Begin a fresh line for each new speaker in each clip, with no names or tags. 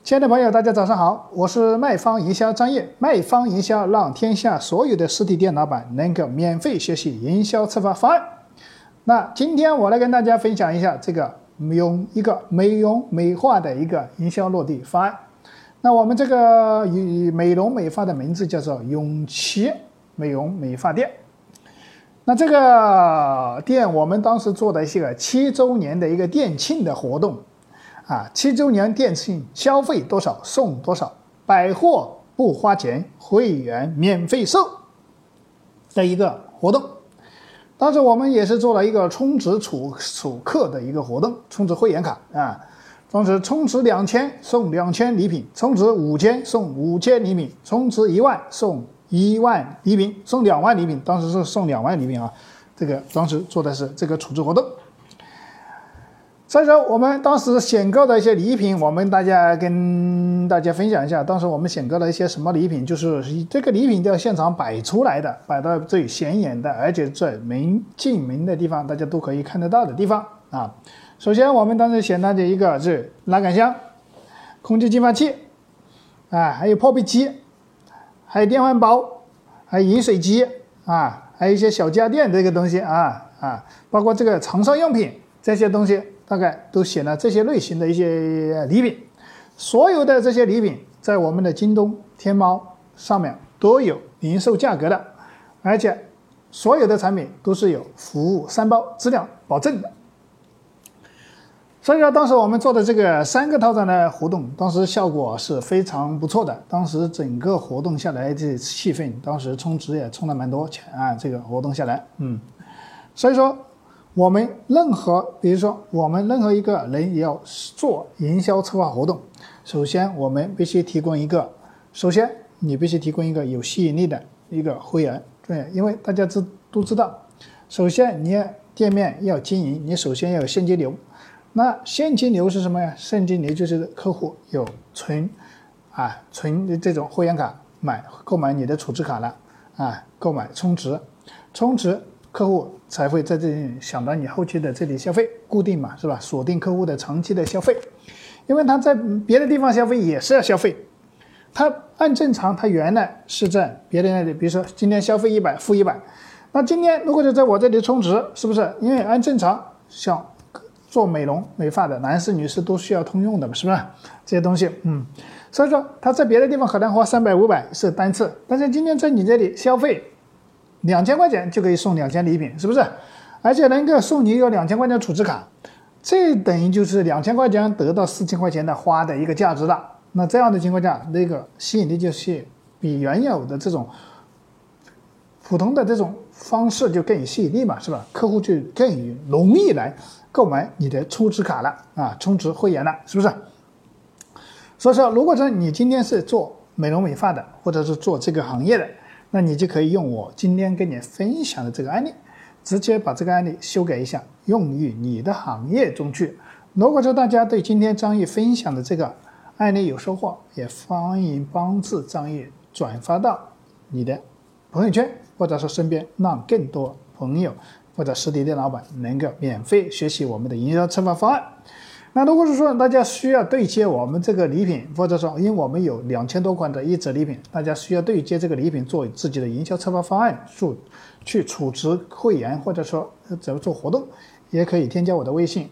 亲爱的朋友，大家早上好，我是卖方营销张烨。卖方营销让天下所有的实体店老板能够免费学习营销策划方案。那今天我来跟大家分享一下这个用一个美容美发的一个营销落地方案。那我们这个美容美发的名字叫做永琪美容美发店。那这个店我们当时做的是一个7周年的一个店庆的活动。7周年店庆，消费多少送多少，百货不花钱，会员免费售的一个活动。当时我们也是做了一个充值储课的一个活动，充值会员卡当时充值2000送2000礼品，充值5000送5000礼品，充值1万送1万礼品，送2万礼品，当时是送2万礼品这个当时做的是这个储值活动。所以说我们当时选购的一些礼品，我们跟大家分享一下。当时我们选购了一些什么礼品，就是这个礼品要现场摆出来的，摆到最显眼的，而且在进门的地方大家都可以看得到的地方首先我们当时选到的一个是拉杆箱、空气净化器还有破壁机，还有电饭煲，还有饮水机还有一些小家电这个东西包括这个长寿用品，这些东西大概都选了这些类型的一些礼品。所有的这些礼品在我们的京东、天猫上面都有零售价格的，而且所有的产品都是有服务3包质量保证的。所以说当时我们做的这个3个套餐的活动，当时效果是非常不错的。当时整个活动下来这气氛，当时充值也充了蛮多钱这个活动下来所以说我们比如说我们任何一个人要做营销策划活动，首先我们必须提供一个有吸引力的一个会员。对，因为大家都知道，首先你店面要经营，你首先要有现金流。那现金流是什么呀？现金流就是客户有存这种会员卡，购买你的储值卡了购买充值客户才会在这里想到你后期的这里消费，固定嘛，是吧？锁定客户的长期的消费，因为他在别的地方消费也是要消费，他按正常他原来是在别的那里，比如说今天消费100付100，那今天如果是在我这里充值，是不是？因为按正常像做美容美发的男士女士都需要通用的，是不是？这些东西所以说他在别的地方可能花300、500是单次，但是今天在你这里消费2000块钱就可以送2000礼品，是不是？而且能够送你一个2000块钱储值卡，这等于就是2000块钱得到4000块钱的花的一个价值了。那这样的情况下，那个吸引力就是比原有的这种普通的这种方式就更有吸引力嘛，是吧？客户就更容易来购买你的充值卡了充值会员了，是不是？所以说如果说你今天是做美容美发的，或者是做这个行业的，那你就可以用我今天跟你分享的这个案例，直接把这个案例修改一下，用于你的行业中去。如果说大家对今天张烨分享的这个案例有收获，也欢迎帮助张烨转发到你的朋友圈，或者说身边，让更多朋友或者实体店老板能够免费学习我们的营销策划方案。那如果是说大家需要对接我们这个礼品，或者说因为我们有2000多款的1折礼品，大家需要对接这个礼品做自己的营销策划方案，去储值会员，或者说怎么做活动，也可以添加我的微信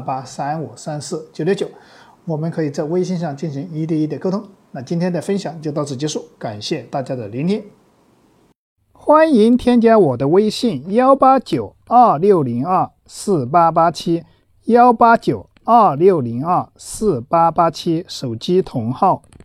2835349969，我们可以在微信上进行1对1的沟通。那今天的分享就到此结束，感谢大家的聆听。欢迎添加我的微信18926024887，18926024887，手机同号。